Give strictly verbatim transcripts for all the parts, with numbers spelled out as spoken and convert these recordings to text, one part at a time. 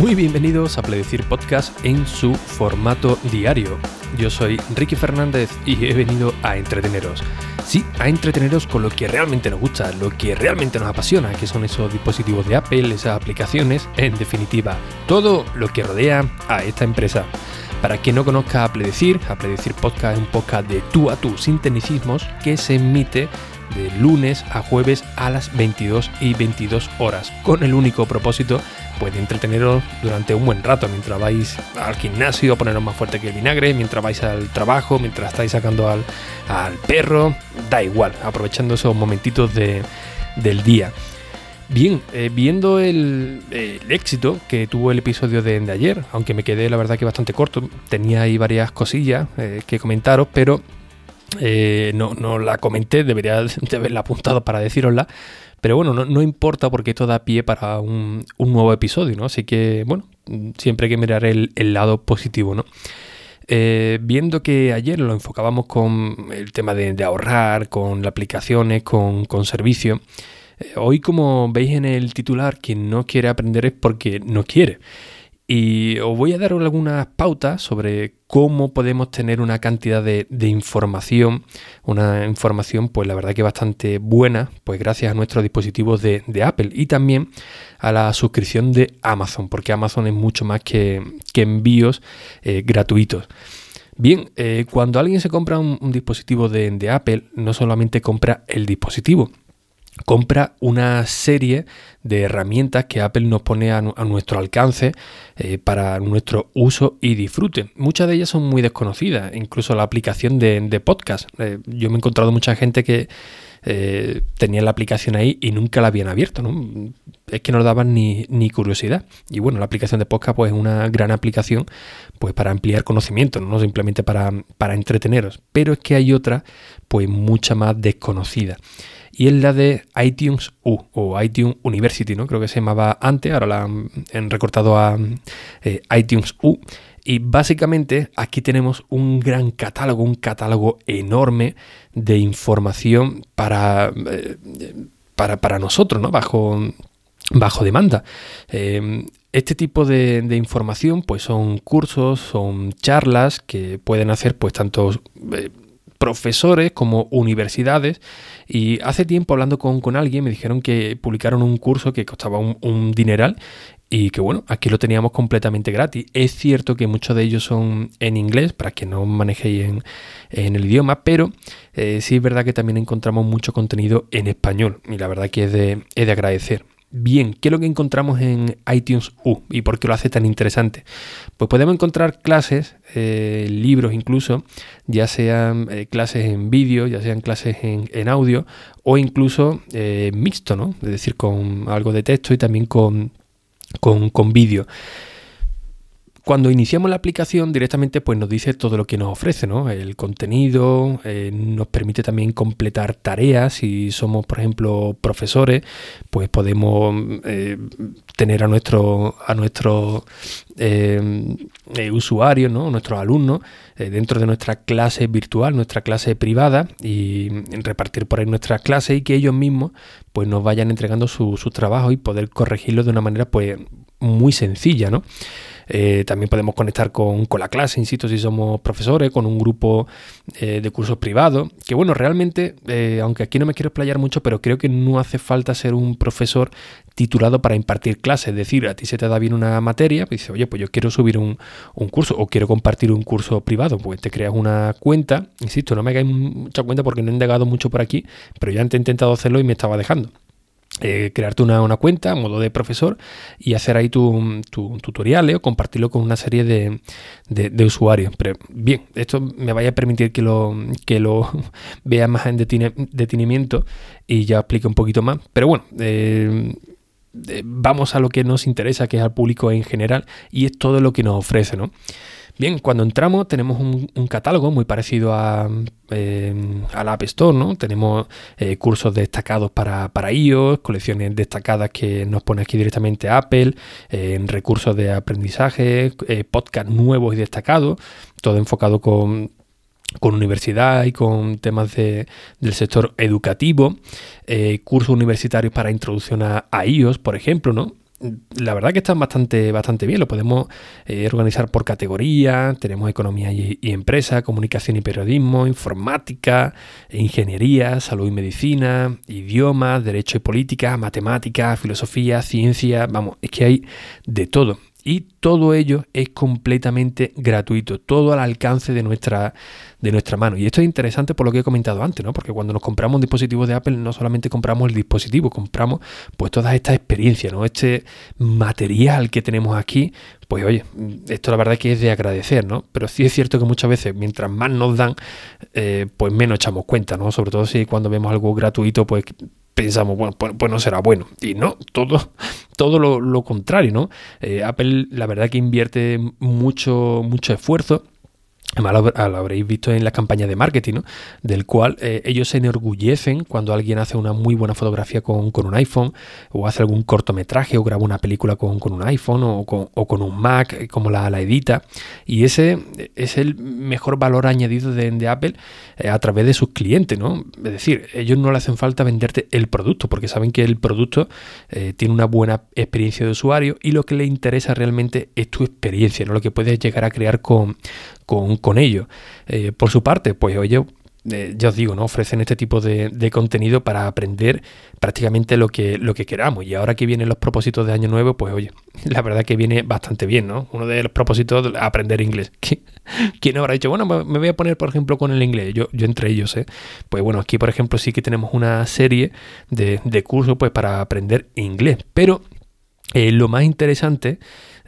Muy bienvenidos a Pledecir Podcast en su formato diario. Yo soy Ricky Fernández y he venido a entreteneros. Sí, a entreteneros con lo que realmente nos gusta, lo que realmente nos apasiona, que son esos dispositivos de Apple, esas aplicaciones, en definitiva, todo lo que rodea a esta empresa. Para quien no conozca a Pledecir, a Pledecir Podcast es un podcast de tú a tú, sin tecnicismos, que se emite de lunes a jueves a las veintidós y veintidós horas, con el único propósito pues, de entreteneros durante un buen rato, mientras vais al gimnasio a poneros más fuerte que el vinagre, mientras vais al trabajo, mientras estáis sacando al, al perro, da igual, aprovechando esos momentitos de, del día. Bien, eh, viendo el, el éxito que tuvo el episodio de, de ayer, aunque me quedé la verdad que bastante corto, tenía ahí varias cosillas eh, que comentaros, pero Eh, no, no la comenté, debería de haberla apuntado para decirosla, pero bueno, no, no importa porque esto da pie para un, un nuevo episodio, ¿no? Así que, bueno, siempre hay que mirar el, el lado positivo, ¿no? Eh, viendo que ayer lo enfocábamos con el tema de, de ahorrar, con las aplicaciones, con, con servicios, eh, hoy como veis en el titular, quien no quiere aprender es porque no quiere. Y os voy a dar algunas pautas sobre cómo podemos tener una cantidad de, de información, una información pues la verdad que bastante buena, pues gracias a nuestros dispositivos de, de Apple y también a la suscripción de Amazon, porque Amazon es mucho más que, que envíos eh, gratuitos. Bien, eh, cuando alguien se compra un, un dispositivo de, de Apple, no solamente compra el dispositivo, compra una serie de herramientas que Apple nos pone a, a nuestro alcance eh, para nuestro uso y disfrute. Muchas de ellas son muy desconocidas, incluso la aplicación de, de podcast. Eh, yo me he encontrado mucha gente que eh, tenía la aplicación ahí y nunca la habían abierto, ¿no? Es que no daban ni, ni curiosidad. Y bueno, la aplicación de podcast pues, es una gran aplicación pues, para ampliar conocimiento, no simplemente para, para entreteneros. Pero es que hay otra pues mucha más desconocida. Y es la de iTunes U o iTunes University, ¿no? Creo que se llamaba antes, ahora la han, han recortado a eh, iTunes U. Y básicamente aquí tenemos un gran catálogo, un catálogo enorme de información para, eh, para, para nosotros, ¿no? Bajo, bajo demanda. Eh, Este tipo de, de información pues son cursos, son charlas que pueden hacer pues tantos eh, profesores como universidades. Y hace tiempo hablando con, con alguien me dijeron que publicaron un curso que costaba un, un dineral y que bueno, aquí lo teníamos completamente gratis. Es cierto que muchos de ellos son en inglés para que no manejéis en, en el idioma, pero eh, sí es verdad que también encontramos mucho contenido en español y la verdad que es de, es de agradecer. Bien, ¿qué es lo que encontramos en iTunes U y por qué lo hace tan interesante? Pues podemos encontrar clases, eh, libros incluso, ya sean eh, clases en vídeo, ya sean clases en, en audio o incluso eh, mixto, ¿no? Es decir, con algo de texto y también con, con, con vídeo. Cuando iniciamos la aplicación directamente pues nos dice todo lo que nos ofrece, ¿no? El contenido, eh, nos permite también completar tareas. Si somos, por ejemplo, profesores, pues podemos eh, tener a nuestros a nuestros eh, eh, usuarios, ¿no? Nuestros alumnos eh, dentro de nuestra clase virtual, nuestra clase privada y repartir por ahí nuestras clases y que ellos mismos pues nos vayan entregando sus su trabajos y poder corregirlos de una manera pues muy sencilla, ¿no? Eh, también podemos conectar con, con la clase, insisto, si somos profesores, con un grupo eh, de cursos privados, que bueno, realmente, eh, aunque aquí no me quiero explayar mucho, pero creo que no hace falta ser un profesor titulado para impartir clases, es decir, a ti se te da bien una materia, pues dices, oye, pues yo quiero subir un, un curso o quiero compartir un curso privado, pues te creas una cuenta, insisto, no me hagáis mucha cuenta porque no he indagado mucho por aquí, pero ya antes he intentado hacerlo y me estaba dejando. Eh, crearte una, una cuenta a modo de profesor y hacer ahí tu, tu tutoriales o compartirlo con una serie de, de, de usuarios. Pero bien, esto me vaya a permitir que lo, que lo vea más en detine, detenimiento y ya explique un poquito más. Pero bueno, eh, eh, vamos a lo que nos interesa, que es al público en general, y es todo lo que nos ofrece, ¿no? Bien, cuando entramos tenemos un, un catálogo muy parecido a, eh, a la App Store, ¿no? Tenemos eh, cursos destacados para, para iOS, colecciones destacadas que nos pone aquí directamente Apple, eh, recursos de aprendizaje, eh, podcast nuevos y destacados, todo enfocado con... con universidad y con temas de, del sector educativo, eh, cursos universitarios para introducción a, a iOS, por ejemplo, ¿no? la verdad que están bastante, bastante bien. Lo podemos eh, organizar por categoría. Tenemos economía y, y empresa, comunicación y periodismo, informática, ingeniería, salud y medicina, idiomas, derecho y política, matemáticas, filosofía, ciencia. Vamos, es que hay de todo. Y todo ello es completamente gratuito, todo al alcance de nuestra, de nuestra mano. Y esto es interesante por lo que he comentado antes, ¿no? Porque cuando nos compramos un dispositivo de Apple, no solamente compramos el dispositivo, compramos pues todas estas experiencias, ¿no? Este material que tenemos aquí, pues oye, esto la verdad es que es de agradecer, ¿no? Pero sí es cierto que muchas veces, mientras más nos dan, eh, pues menos echamos cuenta, ¿no? Sobre todo si cuando vemos algo gratuito, pues pensamos, bueno, pues, pues no será bueno. Y no, todo, todo lo, lo contrario, ¿no? Eh, Apple, la verdad que invierte mucho, mucho esfuerzo. Además lo, lo habréis visto en las campañas de marketing, ¿no? Del cual eh, ellos se enorgullecen cuando alguien hace una muy buena fotografía con, con un iPhone, o hace algún cortometraje o graba una película con, con un iPhone o con, o con un Mac, como la, la edita. Y ese es el mejor valor añadido de, de Apple eh, a través de sus clientes, ¿no? Es decir, ellos no le hacen falta venderte el producto, porque saben que el producto eh, tiene una buena experiencia de usuario, y lo que les interesa realmente es tu experiencia, ¿no? Lo que puedes llegar a crear con Con, con ello. Eh, por su parte, pues ellos, eh, ya os digo, ¿no? Ofrecen este tipo de, de contenido para aprender prácticamente lo que, lo que queramos. Y ahora que vienen los propósitos de Año Nuevo, pues oye, la verdad que viene bastante bien, ¿no? Uno de los propósitos es aprender inglés. ¿Quién habrá dicho, bueno, me voy a poner, por ejemplo, con el inglés? Yo, yo entre ellos, ¿eh? Pues bueno, aquí, por ejemplo, sí que tenemos una serie de, de cursos pues para aprender inglés. Pero eh, lo más interesante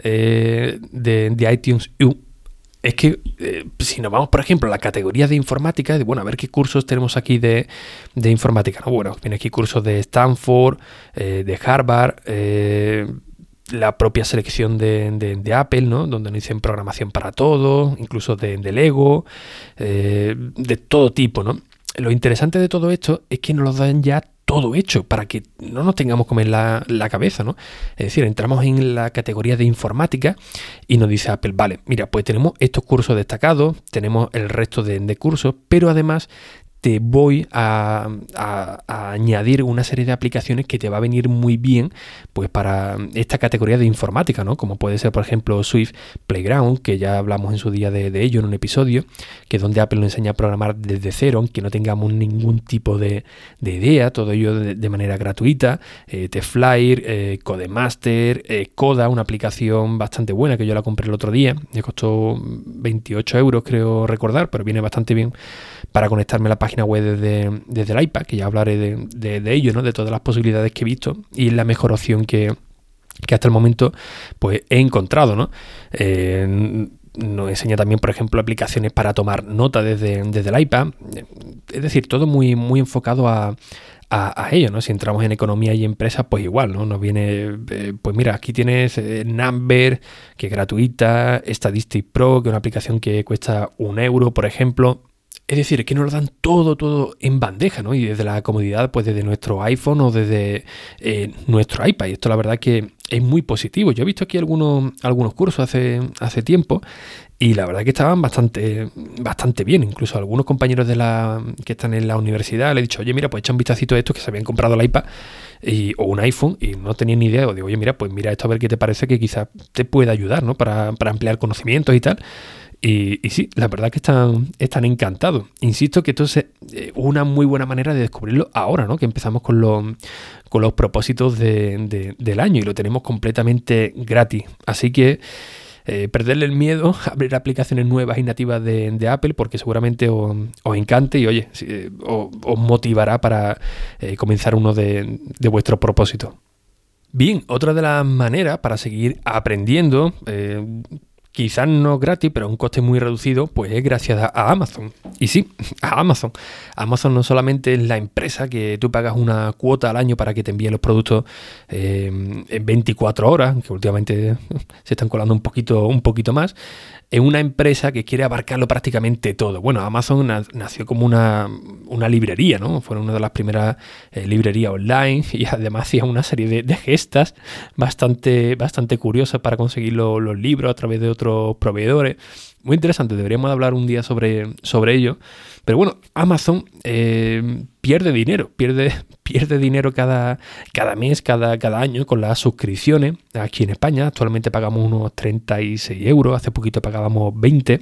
eh, de, de iTunes U es que eh, si nos vamos, por ejemplo, a la categoría de informática, de, bueno, a ver qué cursos tenemos aquí de, de informática, ¿no? Bueno, viene aquí cursos de Stanford, eh, de Harvard, eh, la propia selección de, de, de Apple, ¿no? Donde nos dicen programación para todos, incluso de, de Lego, eh, de todo tipo, ¿no? Lo interesante de todo esto es que nos lo dan ya todo hecho para que no nos tengamos que comer la, la cabeza, ¿no? Es decir, entramos en la categoría de informática y nos dice Apple, vale, mira, pues tenemos estos cursos destacados, tenemos el resto de, de cursos, pero además te voy a, a, a añadir una serie de aplicaciones que te va a venir muy bien pues para esta categoría de informática, ¿no? Como puede ser, por ejemplo, Swift Playground, que ya hablamos en su día de, de ello en un episodio, que es donde Apple nos enseña a programar desde cero, aunque no tengamos ningún tipo de, de idea, todo ello de, de manera gratuita. eh, TeXflyer, eh, Codemaster, eh, Coda, una aplicación bastante buena que yo la compré el otro día, me costó veintiocho euros creo recordar, pero viene bastante bien para conectarme a la página web desde, desde el iPad, que ya hablaré de, de, de ello, ¿no? De todas las posibilidades que he visto, y es la mejor opción que, que hasta el momento pues he encontrado, ¿no? Eh, nos enseña también, por ejemplo, aplicaciones para tomar nota desde, desde el iPad. Es decir, todo muy, muy enfocado a, a, a ello, ¿no? Si entramos en economía y empresas, pues igual, ¿no? Nos viene, eh, pues mira, aquí tienes eh, Number, que es gratuita, Statistics Pro, que es una aplicación que cuesta un euro, por ejemplo. Es decir, es que nos lo dan todo, todo en bandeja, ¿no? Y desde la comodidad, pues desde nuestro iPhone o desde eh, nuestro iPad. Y esto la verdad que es muy positivo. Yo he visto aquí algunos, algunos cursos hace, hace tiempo y la verdad que estaban bastante, bastante bien. Incluso algunos compañeros de la que están en la universidad le he dicho, oye, mira, pues echa un vistacito a esto, que se habían comprado el iPad y, o un iPhone y no tenían ni idea. O digo, oye, mira, pues mira esto a ver qué te parece, que quizás te pueda ayudar, ¿no? Para, para ampliar conocimientos y tal. Y, y sí, la verdad que están, están encantados. Insisto que esto es eh, una muy buena manera de descubrirlo ahora, ¿no? Que empezamos con los, con los propósitos de, de, del año y lo tenemos completamente gratis. Así que eh, perderle el miedo a abrir aplicaciones nuevas y nativas de, de Apple, porque seguramente os, os encante y, oye, eh, os, os motivará para eh, comenzar uno de, de vuestros propósitos. Bien, otra de las maneras para seguir aprendiendo, eh, quizás no gratis, pero a un coste muy reducido, pues es gracias a, a Amazon. Y sí, a Amazon. Amazon no solamente es la empresa que tú pagas una cuota al año para que te envíe los productos eh, en veinticuatro horas, que últimamente se están colando un poquito, un poquito más. Es una empresa que quiere abarcarlo prácticamente todo. Bueno, Amazon nació como una, una librería, ¿no? Fue una de las primeras eh, librerías online y además hacía una serie de, de gestas bastante, bastante curiosas para conseguir lo, los libros a través de otros proveedores. muy interesante, deberíamos hablar un día sobre, sobre ello. Pero bueno, Amazon eh, pierde dinero, pierde, pierde dinero cada, cada mes, cada, cada año con las suscripciones. Aquí en España actualmente pagamos unos treinta y seis euros, hace poquito pagábamos veinte.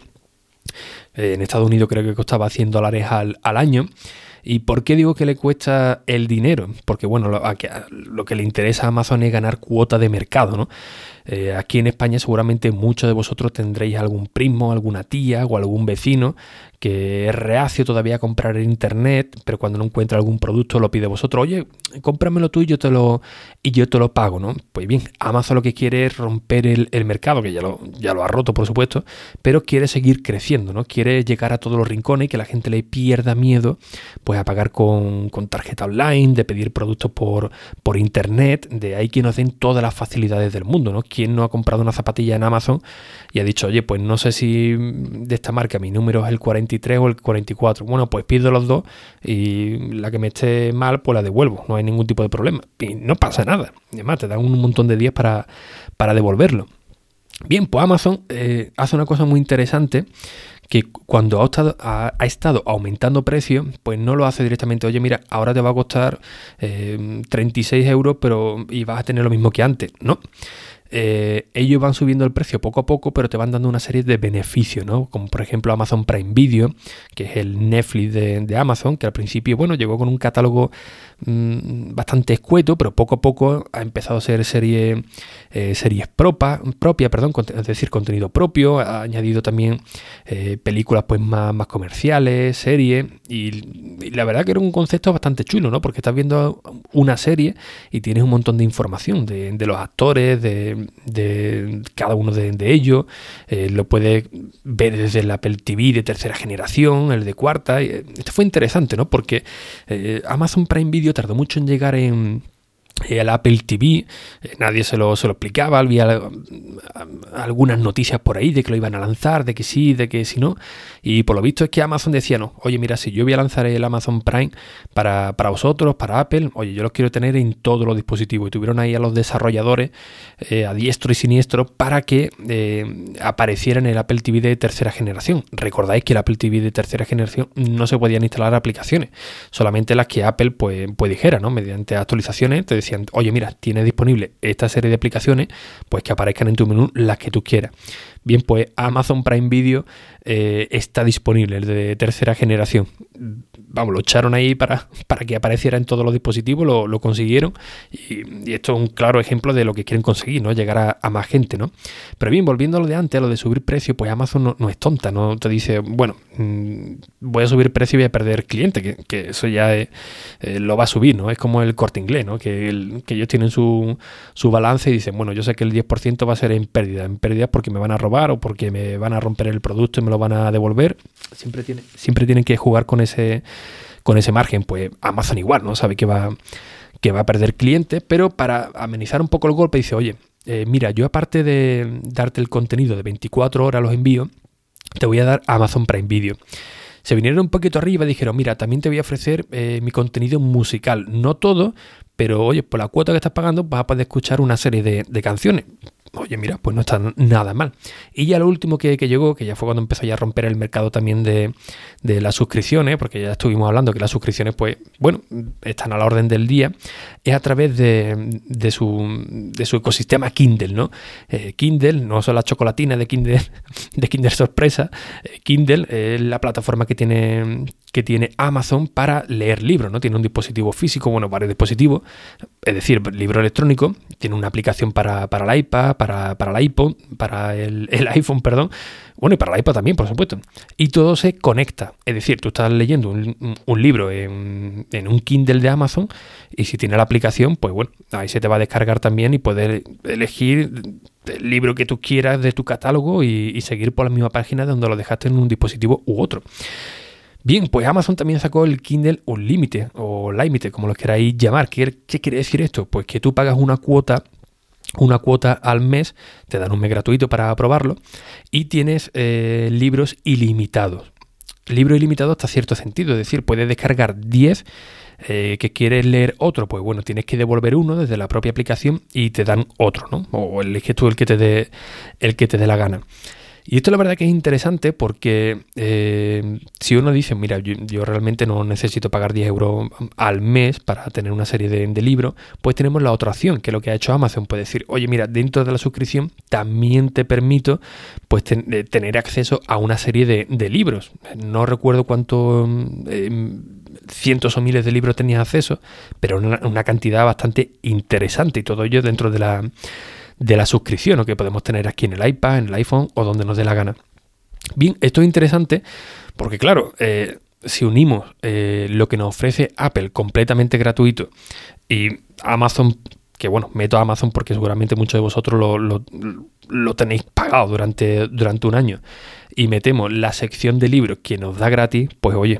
Eh, en Estados Unidos creo que costaba cien dólares al, al año. ¿Y por qué digo que le cuesta el dinero? Porque bueno, lo, a, lo que le interesa a Amazon es ganar cuota de mercado, ¿no? Eh, aquí en España seguramente muchos de vosotros tendréis algún primo, alguna tía o algún vecino que es reacio todavía a comprar en internet, pero cuando no encuentra algún producto lo pide a vosotros, oye, cómpramelo tú y yo te lo, y yo te lo pago, ¿no? Pues bien, Amazon lo que quiere es romper el, el mercado, que ya lo, ya lo ha roto, por supuesto, pero quiere seguir creciendo, ¿no? Quiere llegar a todos los rincones y que la gente le pierda miedo pues a pagar con, con tarjeta online, de pedir productos por, por internet, de ahí que nos den todas las facilidades del mundo, ¿no? ¿Quién no ha comprado una zapatilla en Amazon y ha dicho, oye, pues no sé si de esta marca mi número es el cuarenta y tres o el cuarenta y cuatro? Bueno, pues pido los dos y la que me esté mal, pues la devuelvo. No hay ningún tipo de problema. Y no pasa nada. Además, te dan un montón de días para, para devolverlo. Bien, pues Amazon eh, hace una cosa muy interesante, que cuando ha estado, ha, ha estado aumentando precios, pues no lo hace directamente, oye, mira, ahora te va a costar eh, treinta y seis euros, pero y vas a tener lo mismo que antes. No. Eh, ellos van subiendo el precio poco a poco, pero te van dando una serie de beneficios, ¿no? Como por ejemplo Amazon Prime Video, que es el Netflix de, de Amazon, que al principio, bueno, llegó con un catálogo mmm, bastante escueto, pero poco a poco ha empezado a ser serie, eh, series propa, propia, perdón, es decir, contenido propio, ha añadido también eh, películas pues más, más comerciales, series, y, y la verdad que era un concepto bastante chulo, ¿no? Porque estás viendo una serie y tienes un montón de información de, de los actores, de de cada uno de, de ellos, eh, lo puedes ver desde el Apple T V de tercera generación, el de cuarta. Esto fue interesante, ¿no? Porque eh, Amazon Prime Video tardó mucho en llegar en el Apple T V, eh, nadie se lo, se lo explicaba, había algunas noticias por ahí de que lo iban a lanzar, de que sí, de que si no, y por lo visto es que Amazon decía, no, oye, mira, si yo voy a lanzar el Amazon Prime para, para vosotros, para Apple, oye, yo los quiero tener en todos los dispositivos, y tuvieron ahí a los desarrolladores eh, a diestro y siniestro para que eh, apareciera en el Apple T V de tercera generación. Recordáis que el Apple T V de tercera generación no se podían instalar aplicaciones, solamente las que Apple pues, pues dijera, ¿no? Mediante actualizaciones te decían, oye, mira, tienes disponible esta serie de aplicaciones, pues que aparezcan en tu menú las que tú quieras. Bien, pues Amazon Prime Video eh, está disponible, el de tercera generación. Vamos, lo echaron ahí para, para que apareciera en todos los dispositivos, lo, lo consiguieron, y, y esto es un claro ejemplo de lo que quieren conseguir, ¿no? Llegar a, a más gente, ¿no? Pero bien, volviendo a lo de antes, a lo de subir precio, pues Amazon no, no es tonta, no te dice, bueno, mmm, voy a subir precio y voy a perder cliente, que, que eso ya es, eh, lo va a subir, ¿no? Es como el Corte Inglés, ¿no? Que, el, que ellos tienen su, su balance y dicen, bueno, yo sé que el diez por ciento va a ser en pérdida, en pérdida porque me van a robar o porque me van a romper el producto y me lo van a devolver. Siempre, tiene, siempre tienen que jugar con ese, con ese margen. Pues Amazon igual, ¿no? Sabe que va, que va a perder clientes, pero para amenizar un poco el golpe dice, oye, eh, mira, yo aparte de darte el contenido de veinticuatro horas los envíos, te voy a dar Amazon Prime Video. Se vinieron un poquito arriba y dijeron, mira, también te voy a ofrecer eh, mi contenido musical. No todo, pero oye, por la cuota que estás pagando vas a poder escuchar una serie de, de canciones. Oye, mira, pues no está nada mal. Y ya lo último que, que llegó, que ya fue cuando empezó ya a romper el mercado también de, de las suscripciones, porque ya estuvimos hablando que las suscripciones, pues, bueno, están a la orden del día, es a través de, de, su, de su ecosistema Kindle, ¿no? Eh, Kindle, no son las chocolatinas de Kinder, de Kinder Sorpresa, eh, Kindle es la plataforma que tiene, que tiene Amazon para leer libros, ¿no? Tiene un dispositivo físico, bueno, varios dispositivos, es decir, libro electrónico, tiene una aplicación para, para el iPad, para, para el iPod, para el, el iPhone, perdón, bueno, y para el iPad también, por supuesto. Y todo se conecta, es decir, tú estás leyendo un, un libro en, en un Kindle de Amazon y si tiene la aplicación, pues bueno, ahí se te va a descargar también y poder elegir el libro que tú quieras de tu catálogo y, y seguir por la misma página de donde lo dejaste en un dispositivo u otro. Bien, pues Amazon también sacó el Kindle Unlimited o Limited, como lo queráis llamar. ¿Qué, qué quiere decir esto? Pues que tú pagas una cuota una cuota al mes, te dan un mes gratuito para probarlo y tienes eh, libros ilimitados. Libro ilimitado hasta cierto sentido, es decir, puedes descargar diez, eh, que quieres leer otro, pues bueno, tienes que devolver uno desde la propia aplicación y te dan otro, ¿no? O eliges tú el que te dé el que te dé la gana. Y esto la verdad que es interesante porque eh, si uno dice, mira, yo, yo realmente no necesito pagar diez euros al mes para tener una serie de, de libros, pues tenemos la otra opción, que es lo que ha hecho Amazon. Puede decir, oye, mira, dentro de la suscripción también te permito pues ten, de tener acceso a una serie de, de libros. No recuerdo cuántos eh, cientos o miles de libros tenías acceso, pero una, una cantidad bastante interesante, y todo ello dentro de la... de la suscripción, ¿no? Que podemos tener aquí en el iPad, en el iPhone o donde nos dé la gana. Bien, esto es interesante porque, claro, eh, si unimos eh, lo que nos ofrece Apple completamente gratuito y Amazon, que bueno, meto a Amazon porque seguramente muchos de vosotros lo, lo, lo tenéis pagado durante, durante un año, y metemos la sección de libros que nos da gratis, pues oye,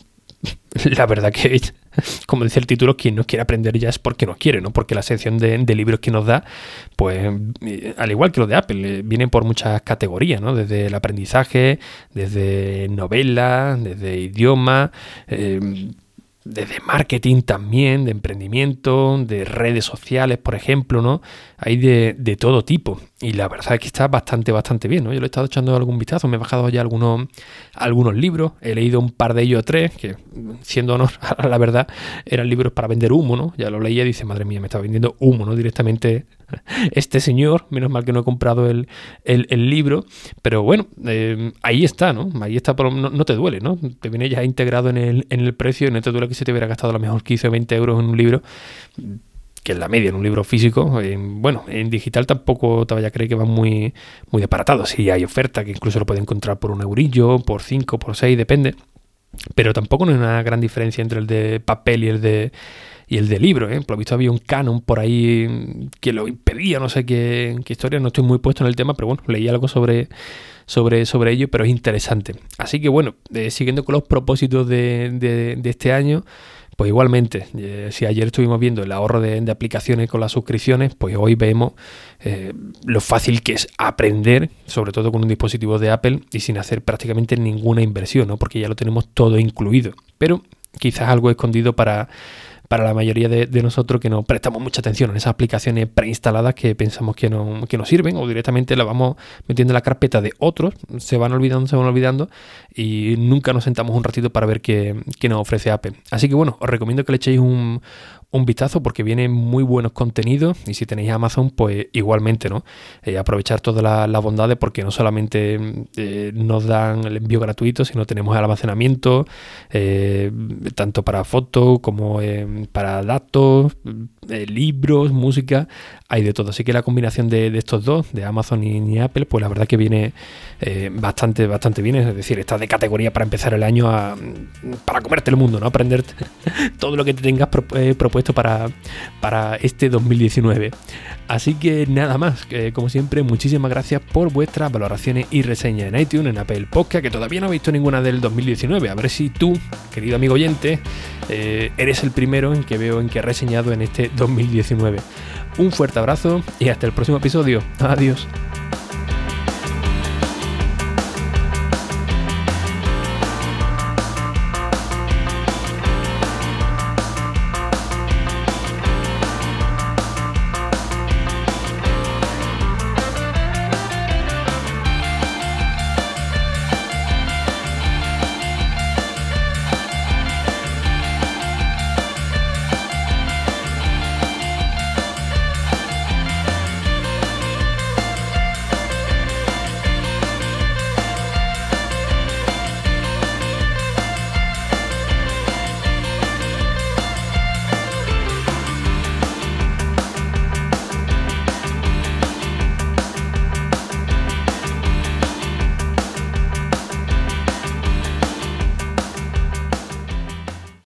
la verdad que, como dice el título, quien no quiere aprender ya es porque no quiere, ¿no? Porque la sección de, de libros que nos da, pues al igual que lo de Apple, vienen por muchas categorías, ¿no? Desde el aprendizaje, desde novelas, desde idioma, eh, desde marketing también, de emprendimiento, de redes sociales, por ejemplo, ¿no? Hay de, de todo tipo. Y la verdad es que está bastante, bastante bien, ¿no? Yo le he estado echando algún vistazo, me he bajado ya algunos, algunos libros, he leído un par de ellos, tres, que siendo honor a la verdad, eran libros para vender humo, ¿no? Ya lo leía y dice, madre mía, me está vendiendo humo, ¿no? Directamente este señor, menos mal que no he comprado el, el, el libro, pero bueno, eh, ahí está, ¿no? Ahí está, pero no, no te duele, ¿no? Te viene ya integrado en el, en el precio y no te duele que se te hubiera gastado a lo mejor quince o veinte euros en un libro, que es la media en un libro físico. Eh, bueno, en digital tampoco te vaya a creer que van muy, muy disparatados. Sí hay oferta, que incluso lo puedes encontrar por un eurillo, por cinco, por seis, depende. Pero tampoco no hay una gran diferencia entre el de papel y el de y el de libro, ¿eh? Por lo visto había un canon por ahí que lo impedía, no sé qué, qué historia, no estoy muy puesto en el tema, pero bueno, leí algo sobre, sobre, sobre ello, pero es interesante. Así que bueno, eh, siguiendo con los propósitos de, de, de este año, pues igualmente, eh, si ayer estuvimos viendo el ahorro de, de aplicaciones con las suscripciones, pues hoy vemos eh, lo fácil que es aprender, sobre todo con un dispositivo de Apple y sin hacer prácticamente ninguna inversión, ¿no? Porque ya lo tenemos todo incluido. Pero quizás algo escondido para, para la mayoría de, de nosotros que no prestamos mucha atención en esas aplicaciones preinstaladas que pensamos que no, que no sirven, o directamente las vamos metiendo en la carpeta de otros, se van olvidando, se van olvidando y nunca nos sentamos un ratito para ver qué, qué nos ofrece Apple. Así que bueno, os recomiendo que le echéis un, un vistazo porque vienen muy buenos contenidos, y si tenéis Amazon, pues igualmente, ¿no? Eh, aprovechar todas las la bondades, porque no solamente eh, nos dan el envío gratuito, sino tenemos el almacenamiento, eh, tanto para fotos como eh, para datos, eh, libros, música, hay de todo. Así que la combinación de, de estos dos, de Amazon y, y Apple, pues la verdad que viene eh, bastante, bastante bien. Es decir, está de categoría para empezar el año a, para comerte el mundo, ¿no? Aprender todo lo que te tengas pro, eh, propuesto para, para este dos mil diecinueve. Así que nada más, que como siempre, muchísimas gracias por vuestras valoraciones y reseñas en iTunes, en Apple Podcast, que todavía no he visto ninguna del dos mil diecinueve. A ver si tú, querido amigo oyente, eh, eres el primero en que veo en que he reseñado en este dos mil diecinueve. Un fuerte abrazo y hasta el próximo episodio. Adiós.